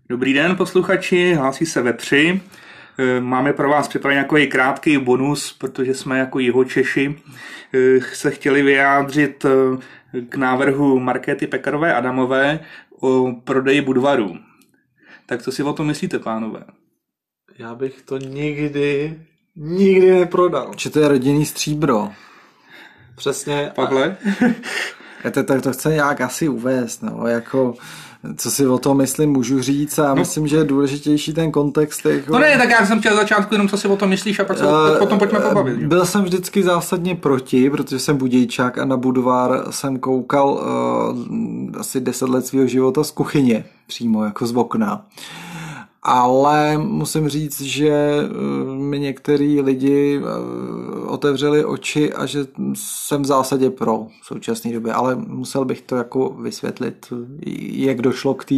Dobrý den, posluchači, hlásí se Vetři. Máme pro vás připravený nějaký krátký bonus, protože jsme jako Jihočeši se chtěli vyjádřit k návrhu Markéty Pekarové Adamové o prodeji Budvaru. Tak co si o tom myslíte, pánové? Já bych to nikdy neprodal. Či to je rodinný stříbro. Přesně. Pavle? To chce nějak asi uvést, no, jako... Co si o tom myslím, můžu říct a myslím, že je důležitější ten kontext. Jako... No ne, tak já jsem chtěl začátku jenom, co si o tom myslíš a pak se potom pojďme pobavit. Byl jsem vždycky zásadně proti, protože jsem budějčák a na Budvar jsem koukal asi 10 let svého života z kuchyně, přímo jako z okna. Ale musím říct, že mi některý lidi otevřeli oči a že jsem v zásadě pro v současné době, ale musel bych to jako vysvětlit, jak došlo k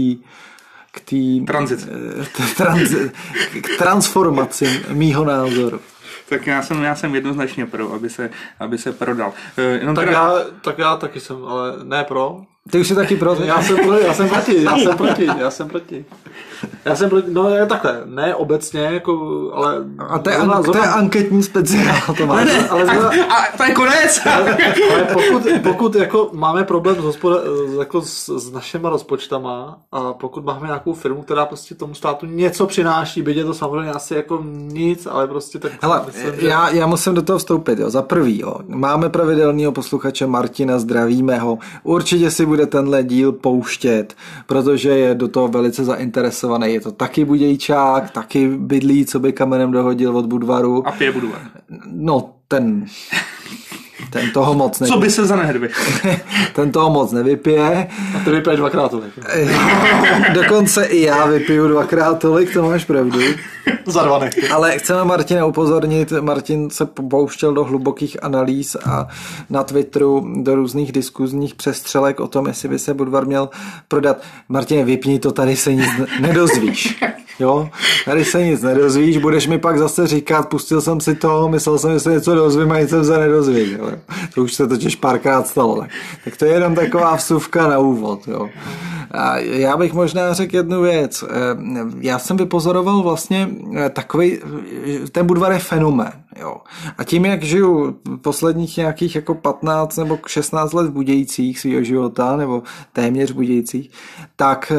transformaci mýho názoru. Tak já jsem jednoznačně pro, aby se prodal. Tak já taky jsem, ale ne pro. Ty už jsi taky pro? Já jsem proti. No je takhle, ne obecně, jako, ale... A to je anketní speciál, to máš. A to je konec! Ale pokud jako máme problém s našima rozpočtama a pokud máme nějakou firmu, která prostě tomu státu něco přináší, byť je to samozřejmě asi jako nic, ale prostě tak... Hele, já musím do toho vstoupit, jo. Za prvý, jo. Máme pravidelného posluchače Martina, zdravíme ho. Určitě si bude tenhle díl pouštět, protože je do toho velice zainteresovaný. Je to taky budějčák, taky bydlí, co by kamenem dohodil od Budvaru. A pije Budvar. No, ten toho moc nevypije. Co by se za nehedvy? Ten toho moc nevypije. A ty vypiješ 2x tolik. Dokonce i já vypiju 2x tolik, to máš pravdu. Za 2 nechty. Ale chceme Martina upozornit, Martin se pouštěl do hlubokých analýz a na Twitteru do různých diskuzních přestřelek o tom, jestli by se Budvar měl prodat. Martine, vypni to, tady se nic nedozvíš. Jo? Tady se nic nedozvíš, budeš mi pak zase říkat, pustil jsem si to, myslel jsem, že se něco dozvím a nic jsem se nedozvěděl. To už se totiž párkrát stalo. Tak to je jenom taková vsuvka na úvod. Jo? A já bych možná řekl jednu věc. Já jsem vypozoroval vlastně takový, ten Budvar je fenomén. Jo. A tím, jak žiju posledních nějakých jako 15 nebo 16 let v Budějcích svýho života, nebo téměř v Budějcích, tak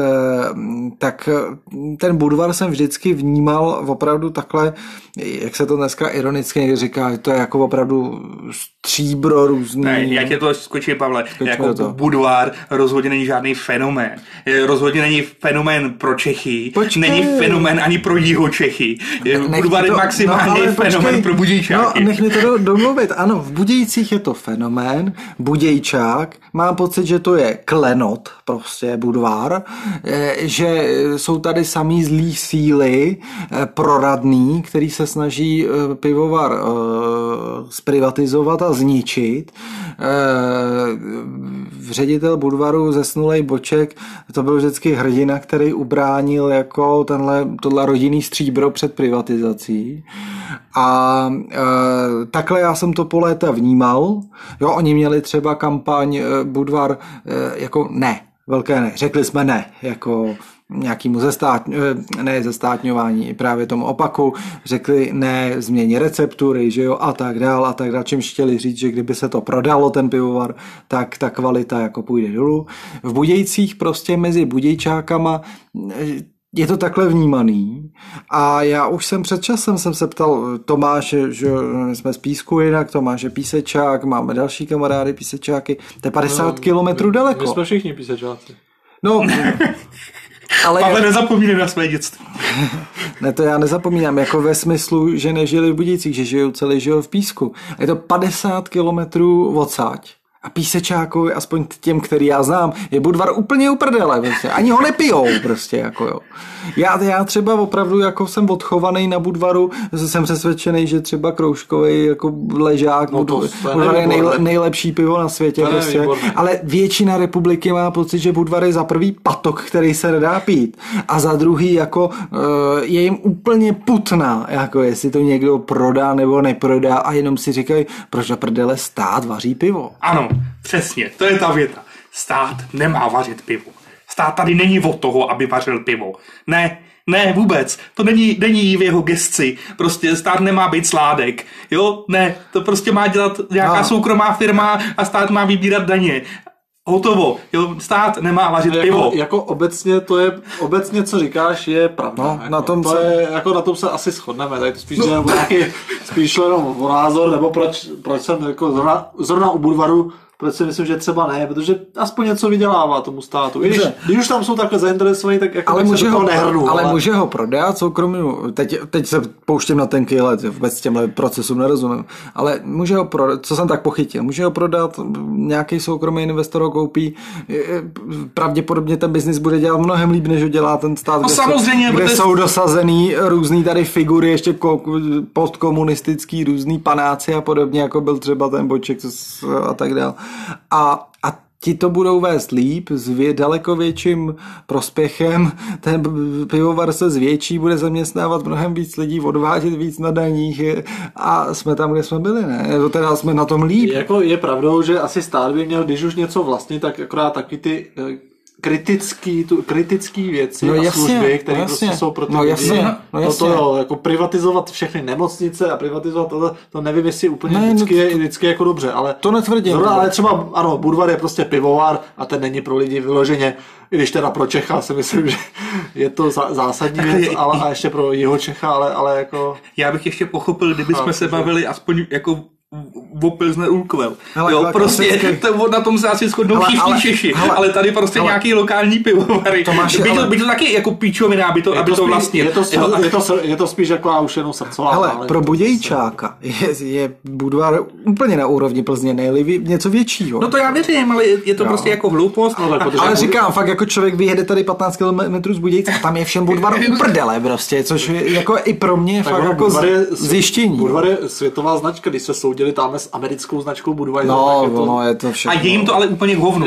ten Budvar jsem vždycky vnímal opravdu takhle, jak se to dneska ironicky někdy říká, to je jako opravdu stříbro různý. Ne, já tě to skočím, Pavle, jako Budvar rozhodně není žádný fenomén. Rozhodně není fenomén pro Čechy, není fenomén ani pro Jihočechy. Budvar je maximální fenomén pro Budějčáky. No, nech mi to domluvit. Ano, v Budějcích je to fenomén, Budějčák, mám pocit, že to je klenot, prostě Budvar, že jsou tady samý zlý síly proradný, který se snaží pivovar zprivatizovat a zničit. Ředitel Budvaru zesnulej Boček, to byl vždycky hrdina, který ubránil jako tohle rodinný stříbro před privatizací. A takhle já jsem to po léta vnímal. Jo, oni měli třeba kampaň Budvar jako ne, velké ne. Řekli jsme ne, jako nějakému zestátňování, právě tomu opaku, řekli ne změně receptury, že jo, a tak dál, čímž chtěli říct, že kdyby se to prodalo, ten pivovar, tak ta kvalita jako půjde dolů. V Budějcích prostě mezi budějčákama je to takhle vnímaný a já už jsem před časem se ptal Tomáše, že jsme z Písku jinak, Tomáš je písečák, máme další kamarády písečáky, to je 50 kilometrů daleko. My jsme všichni písečáci. No, ale nezapomínej na své dětství. Ne, to já nezapomínám, jako ve smyslu, že nežili v Budějcích, že žijou celý život v Písku. Je to 50 kilometrů odsáď. A písečákovi, aspoň těm, který já znám, je Budvar úplně uprdele, prostě. Ani ho nepijou, prostě, jako jo. Já třeba opravdu, jako jsem odchovaný na Budvaru, jsem přesvědčený, že třeba kroužkový jako ležák, Budvar je nejlepší pivo na světě, prostě. Ale většina republiky má pocit, že Budvar je za prvý patok, který se nedá pít, a za druhý, jako je jim úplně putná, jako jestli to někdo prodá nebo neprodá, a jenom si říkají, proč na prdele stát vaří pivo. Ano, přesně, to je ta věta. Stát nemá vařit pivo. Stát tady není od toho, aby vařil pivo. Ne, vůbec. To není v jeho gesci. Prostě stát nemá být sládek. Jo, ne, to prostě má dělat nějaká soukromá firma a stát má vybírat daně. Hotovo. Jo, stát nemá vařit pivo. Jako obecně, co říkáš, je pravda. No, jako, na tom se asi shodneme. Tady to spíš jenom o názor, nebo proč jsem jako zrovna u Budvaru, proč si myslím, že třeba ne, protože aspoň něco vydělává tomu státu. Když už tam jsou takhle zainteresovaní, tak jako ale se do toho nehrnu. Ale může ho prodat soukromému, teď se pouštím na tenký let, vůbec těmhle procesům nerozumím, ale může ho prodat, co jsem tak pochytil, může ho prodat, nějaký soukromý investor ho koupí, pravděpodobně ten biznis bude dělat mnohem líp, než ho dělá ten stát, kde jsou dosazený různý tady figury, ještě postkomunistický, různý panáci a podobně, jako byl třeba ten Boček a tak dále. A ti to budou vést líp, s daleko větším prospěchem, ten pivovar se zvětší, bude zaměstnávat mnohem víc lidí, odvádět víc na daních a jsme tam, kde jsme byli, ne? Teda jsme na tom líp. Jako je pravdou, že asi stát by měl, když už něco vlastní, tak akorát taky ty kritický věci a služby, které prostě jsou pro ty lidi. To jako privatizovat všechny nemocnice a privatizovat to nevím, jestli úplně vždycky jako dobře, ale to netvrdím. Ale třeba ano, Budvar je prostě pivovar a ten není pro lidi vyloženě, i když teda pro Čecha si myslím, že je to zásadní věc, ale a ještě pro Jihočecha, ale jako... Já bych ještě pochopil, kdybychom se bavili aspoň jako o Pilsner Urquell. Jo, prostě na tom se asi shodnou všichni Češi, ale tady prostě nějaký lokální pivovary. By to taky jako píčovina, aby to vlastnil. Je to spíš jako už jenom srdcová. Hele, pro Budějčáka je Budvar úplně na úrovni Plzně, nejli něco většího. No to já věřím, ale je to prostě jako hloupost. Ale říkám, fakt jako člověk vyjede tady 15 km z Budějce a tam je všem Budvar uprdele prostě, což je jako i pro mě fakt jako zjištění. Budvar je světová značka, když se soudili tam s americkou značkou Budweiser. No, je to všechno. A je jim to ale úplně k hovnu.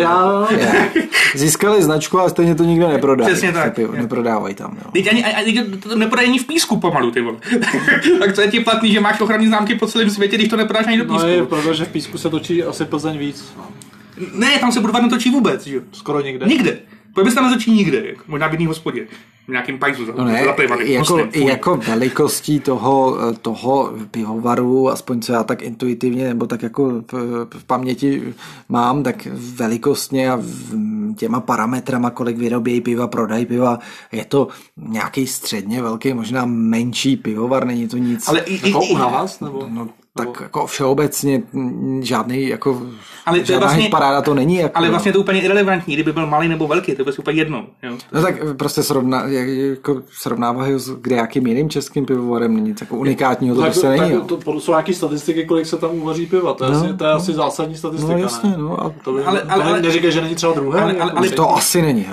Získali značku a stejně to nikdo neprodá. Přesně tak. Neprodávají tam. Jo. Teď ani to neprodají ani v písku pomalu, ty vole. Tak co je ti platný, že máš ochranný známky po celém světě, když to neprodáš ani do písku. No je, protože v písku se točí asi Plzeň víc. Ne, tam se Budvar netočí vůbec, že? Skoro nikde. Nikde. Proč bys tam nezočí nikde, možná v jiný hospodě, v nějakým pajzu zaplivaný. Jako velikostí toho pivovaru, aspoň co já tak intuitivně, nebo tak jako v paměti mám, tak velikostně a těma parametrama, kolik vyrobějí piva, prodají piva, je to nějaký středně velký, možná menší pivovar, není to nic. Ale jako u nás, nebo? No, tak jako všeobecně žádný jako ale to žádná vlastně, paráda to není. Jako, ale vlastně to úplně irelevantní, kdyby byl malý nebo velký, to je úplně jedno. Jo? No tak prostě srovnávají ho s kdejakým jiným českým pivovarem, není nic jako unikátního, to prostě není. To jsou nějaké statistiky, kolik se tam uvaří piva, to je asi zásadní statistika. No jasně, ne? No. Ale neříkej, že není třeba druhé. Ale to asi není.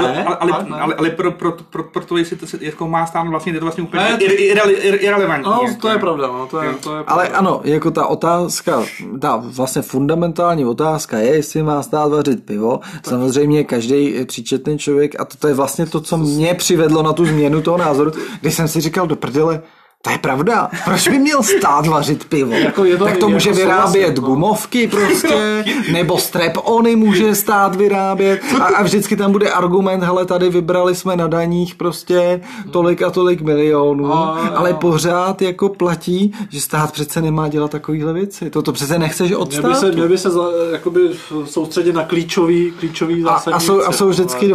Ale proto, jestli to se jako má stát vlastně, je to vlastně úplně irelevantní. No, to je pravda. Ale ano, jako ta otázka, ta vlastně fundamentální otázka je, jestli má stát vařit pivo. Samozřejmě každý příčetný člověk, a to je vlastně to, co mě přivedlo na tu změnu toho názoru, když jsem si říkal do prdele, to je pravda. Proč by měl stát vařit pivo? Tak to může vyrábět gumovky prostě, nebo strep-ony může stát vyrábět a vždycky tam bude argument, hele, tady vybrali jsme na daních prostě tolik a tolik milionů, ale pořád jako platí, že stát přece nemá dělat takovýhle věci. To přece nechceš od státu. Měl by se jakoby soustředit na klíčový zásadní a jsou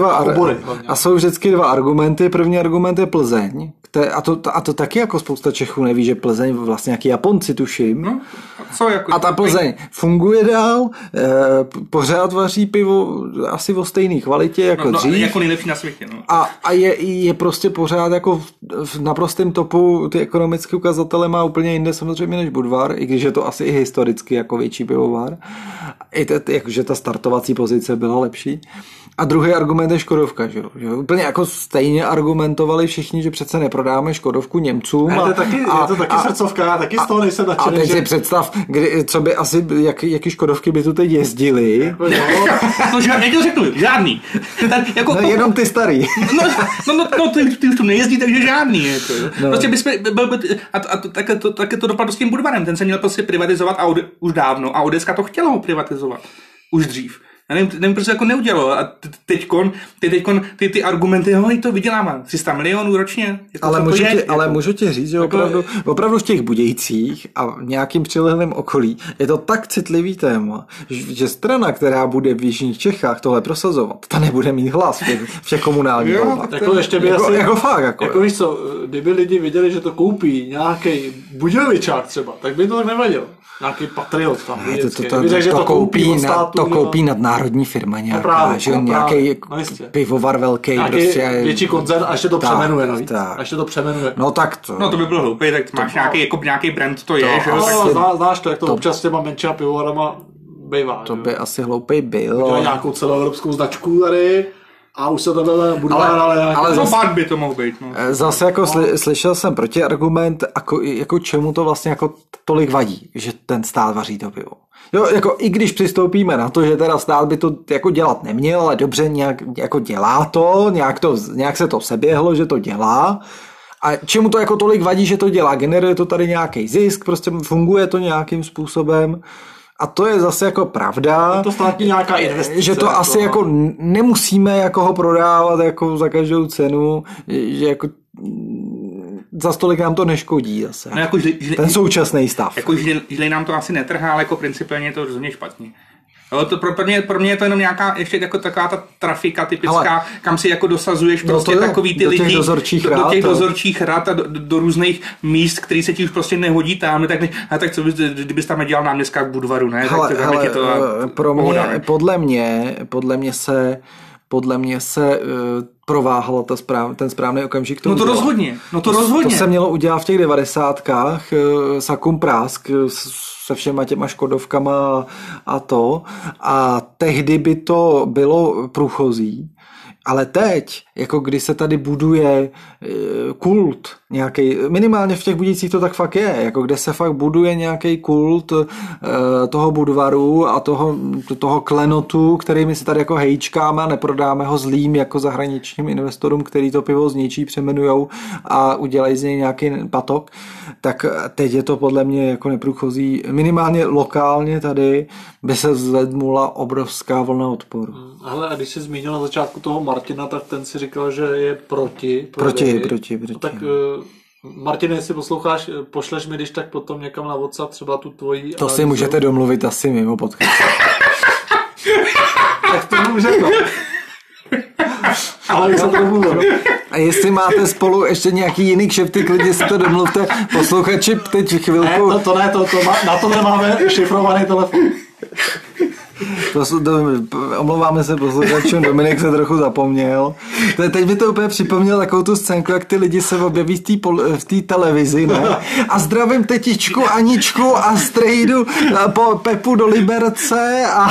vždycky dva argumenty. První argument je Plzeň, a to taky jako spousta Čechů neví, že Plzeň vlastně nějaký Japonci tuším. No, co jako a ta Plzeň funguje dál, pořád vaří pivo asi o stejné kvalitě jako dřív. Jako nejlepší na světě. No. A je prostě pořád jako v naprostém topu, ty ekonomické ukazatele má úplně jinde samozřejmě než Budvar, i když je to asi i historicky jako větší pivovar. Jakože ta startovací pozice byla lepší. A druhý argument je Škodovka, že jo? Úplně jako stejně argumentovali všichni, že přece neprodáme Škodovku Němcům. Je to taky srdcovka, já taky z toho nejsem nadšený. A teď si představ, co by asi, jaký Škodovky by tu teď jezdili. No, já ti to řeknu, žádný. Jako, no, jenom ty starý. No, ty už tu nejezdí, takže žádný. Jako. No. Prostě bychom, tak to dopadlo s tím Budvarem, ten se měl prostě privatizovat už dávno a Odeska to chtělo ho privatizovat. Už dřív. Já nevím, proč se jako neudělalo. A ty argumenty, to vyděláme 300 milionů ročně. Ale můžu ti říct, že opravdu v těch Budějcích a v nějakým přilehlém okolí je to tak citlivý téma, že strana, která bude v jižních Čechách tohle prosazovat, ta nebude mít hlas v těch komunálních volbách. Jako víš co, kdyby lidi viděli, že to koupí nějaký Budějovičák třeba, tak by to tak nevadilo. Nějaký patriot tam. To koupí nadnárodní firma nějaká, že nějaký pivovar velký. Prostě větší koncern a ještě to přemenuje navíc. No tak to. No to by bylo hloupé, tak máš nějaký brand, to je, že jo? Znáš to, jak to občas s těma menšíma pivovarama bývá. To by asi hloupej byl. Udělají nějakou celoevropskou značku tady. A už se to budová, ale zase by to mohl být. No. Zase jako slyšel jsem protiargument, jako čemu to vlastně jako tolik vadí, že ten stát vaří to pivo. Jo, jako i když přistoupíme na to, že teda stát by to jako dělat neměl, ale dobře nějak jako dělá to, nějak se to seběhlo, že to dělá. A čemu to jako tolik vadí, že to dělá? Generuje to tady nějaký zisk, prostě funguje to nějakým způsobem. A to je zase jako pravda, je to státní nějaká investice, že to asi jako nemusíme jako ho prodávat jako za každou cenu, že jako za stolik nám to neškodí zase. No jako ten současný stav. Jako žili nám to asi netrhá, ale jako principiálně je to rozhodně špatně. Jo, to pro mě je to jenom nějaká ještě jako taková ta trafika typická, kam si jako dosazuješ prostě takový ty lidi do těch dozorčích rad a do různých míst, který se ti už prostě nehodí tam, tak co bys, kdybys tam dělal náměstka v Budvaru, ne? Podle mě se prováhal ten správný okamžik. No to rozhodně. To se mělo udělat v těch 90kách, Sakum Prask se všema těma Škodovkama a to. A tehdy by to bylo průchozí. Ale teď, jako když se tady buduje kult nějaký, minimálně v těch Budějcích to tak fakt je, jako kde se fakt buduje nějaký kult toho Budvaru a toho klenotu, který my si tady jako hejčkáme a neprodáme ho zlým jako zahraničním investorům, který to pivo zničí, přemenujou a udělají z něj nějaký patok, tak teď je to podle mě jako neprůchozí, minimálně lokálně tady by se zvednula obrovská vlna odporu. Ale a když jsi zmínil na začátku toho Martina, tak ten si říkal, že je proti. Tak Martine, jestli posloucháš, pošleš mi když tak potom někam na WhatsApp třeba tu tvoji To analýzu. Si můžete domluvit asi mimo podcast. Tak to můžeme. Ale jsem to mluvil. A jestli máte spolu ještě nějaký jiný kšefty, klidně si to domluvte. Posluchači, teď chvilku. Ne, na to nemáme šifrovaný telefon. Omlouváme se posluchačům, Dominik se trochu zapomněl. Teď mi to úplně připomněl takovou tu scénku, jak ty lidi se objeví v té televizi, ne? A zdravím tetičku Aničku a strejdu po Pepu do Liberce a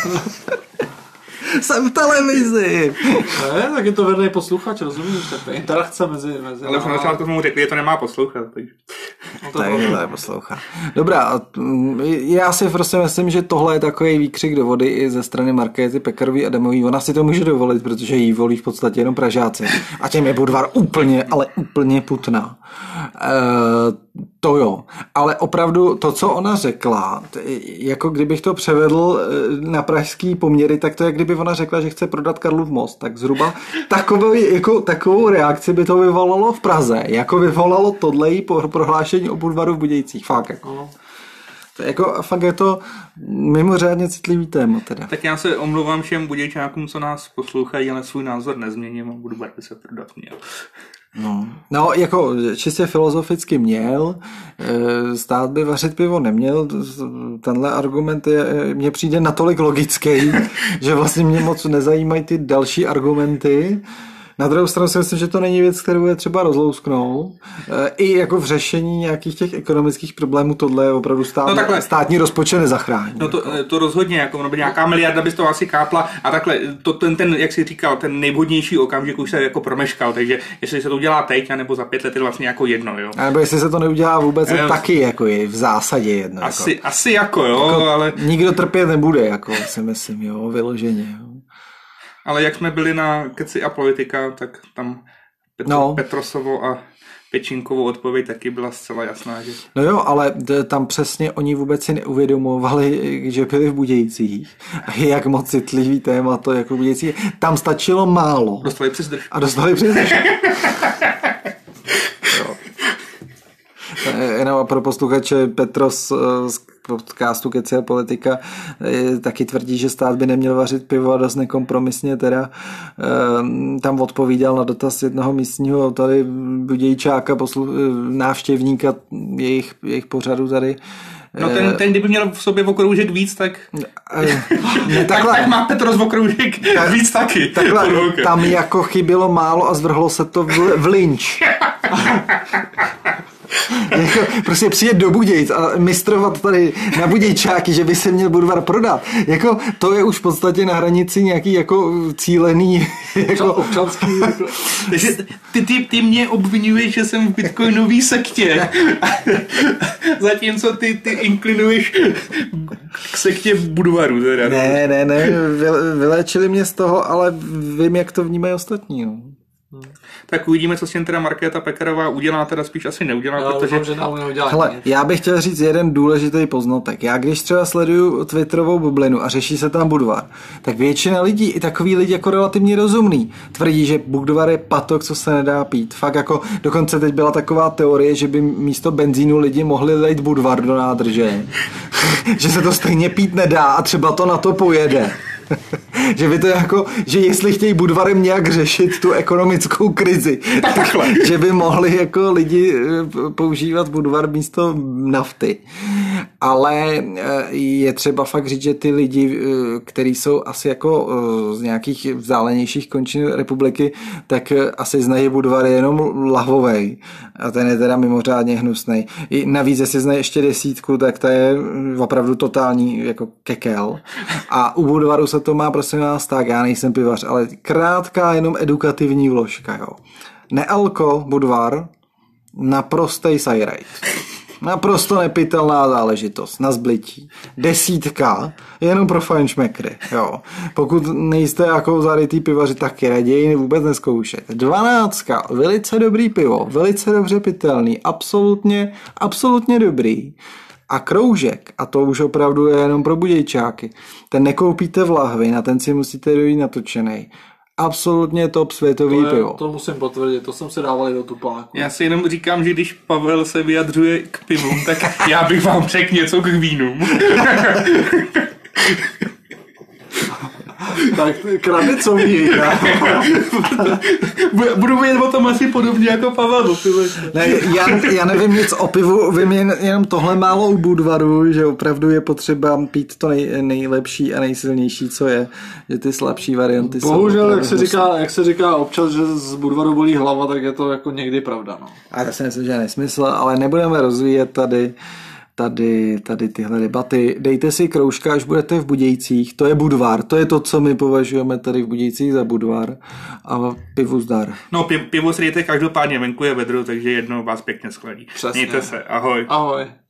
jsem v televizi. Ne, tak je to verný posluchač, rozumíš? To je interakce mezi ale v začátku mu řekli, že to nemá poslouchat. Takže. No to poslouchá. Dobrá, já si prostě myslím, že tohle je takový výkřik do vody i ze strany Markéty Pekarový Adamový. Ona si to může dovolit, protože jí volí v podstatě jenom Pražáci. A těm je Budvar úplně, ale úplně putná. To jo, ale opravdu to, co ona řekla, jako kdybych to převedl na pražský poměry, tak to je, kdyby ona řekla, že chce prodat Karlův most, tak zhruba takovou reakci by to vyvolalo v Praze, jako vyvolalo tohle jí prohlášení o Budvaru v Budějcích, fakt jako. Fakt je to mimořádně citlivý téma teda. Tak já se omlouvám všem Budějčákům, co nás poslouchají, ale svůj názor nezměním a Budvar by se prodat měl. No, jako čistě filozoficky měl, stát by vařit pivo neměl, tenhle argument mně přijde natolik logický, že vlastně mě moc nezajímají ty další argumenty. Na druhou stranu si myslím, že to není věc, kterou je třeba rozlousknout. I jako v řešení nějakých těch ekonomických problémů tohle je opravdu státní rozpočet nezachrání. No to rozhodně, jako nějaká miliarda by z toho asi kápla a takhle, ten, jak jsi říkal, ten nejvhodnější okamžik už se jako promeškal, takže jestli se to udělá teď, anebo za 5 let, je vlastně jako jedno, jo. A nebo jestli se to neudělá vůbec, je taky jako je v zásadě jedno. Asi jako jo, jako, ale... Nikdo trpět nebude, jako si myslím, jo, vyloženě, jo. Ale jak jsme byli na Keci a politika, tak tam Petrosovo a Pečinkovou odpověď taky byla zcela jasná. Že... No jo, ale tam přesně oni vůbec si neuvědomovali, že byli v Budějcích. A jak moc citlivý téma to jako Budějcích. Tam stačilo málo. Dostali přizdrž. A dostali přizdrž. Jenom pro posluchače, Petros z podcastu Keci a politika taky tvrdí, že stát by neměl vařit pivo a dost nekompromisně teda tam odpovídal na dotaz jednoho místního tady Budějčáka, návštěvníka jejich pořadu tady. No ten kdyby měl v sobě okroužek víc, tak... tak má Petros okroužek víc taky. Takhle, tam jako chybělo málo a zvrhlo se to v lynč. Jako, prostě přijet do Budějc a mistrovat tady na Budějčáky, že by se měl Budvar prodat. Jako, to je už v podstatě na hranici nějaký jako cílený jako občanský. Jako... Takže ty mě obvinuješ, že jsem v bitcoinový sektě. Zatímco ty inklinuješ k sektě Budvaru. Teda. Ne, vyléčili mě z toho, ale vím, jak to vnímají ostatní. No. Tak uvidíme, co s tím teda Markéta Pekarová udělá, teda spíš asi neudělá, protože... Hele, já bych chtěl říct jeden důležitý poznatek. Já když třeba sleduju Twitterovou bublinu a řeší se tam Budvar, tak většina lidí, i takový lidi jako relativně rozumný, tvrdí, že Budvar je patok, co se nedá pít. Fakt jako, dokonce teď byla taková teorie, že by místo benzínu lidi mohli lejt Budvar do nádrže. Že se to stejně pít nedá a třeba to na to pojede. Že by to jako, že jestli chtějí Budvarem nějak řešit tu ekonomickou krizi, tak že by mohli jako lidi používat Budvar místo nafty. Ale je třeba fakt říct, že ty lidi, kteří jsou asi jako z nějakých vzdálenějších končin republiky, tak asi znají Budvar jenom lahvovej. A ten je teda mimořádně hnusnej. I navíc, jestli znají ještě 10, tak to je opravdu totální jako kekel. A u Budvaru se to má, prosím vás, tak, já nejsem pivař, ale krátká jenom edukativní vložka, jo. Nealko, Budvar, naprostej sajrajt. Naprosto nepitelná záležitost na zblití. 10 jenom pro fajnšmekry, jo. Pokud nejste jako zarytý pivaři, taky raději vůbec neskoušet. 12 velice dobrý pivo, velice dobře pitelný, absolutně dobrý. A kroužek, a to už opravdu je jenom pro Budějčáky, ten nekoupíte v lahvi, na ten si musíte dojít natočenej. Absolutně top světový pivo. To musím potvrdit, to jsem se dával do tupáku. Já si jenom říkám, že když Pavel se vyjadřuje k pivům, tak já bych vám řekl něco k vínům. Tak krabicový. Budu vědět o tom asi podobně jako Pavel. Ne, já nevím nic o pivu, vím jenom tohle málo u Budvaru, že opravdu je potřeba pít to nejlepší a nejsilnější, co je. Že ty slabší varianty bohužel, jak se říká občas, že z Budvaru bolí hlava, tak je to jako někdy pravda. No. A já si myslím, že je nesmysl, ale nebudeme rozvíjet tady tyhle debaty. Dejte si kroužka, až budete v Budějcích. To je Budvar. To je to, co my považujeme tady v Budějcích za Budvar. A pivu zdar. No, pivo si dejte každopádně, venku je vedro, takže jednou vás pěkně schladí. Mějte se. Ahoj. Ahoj.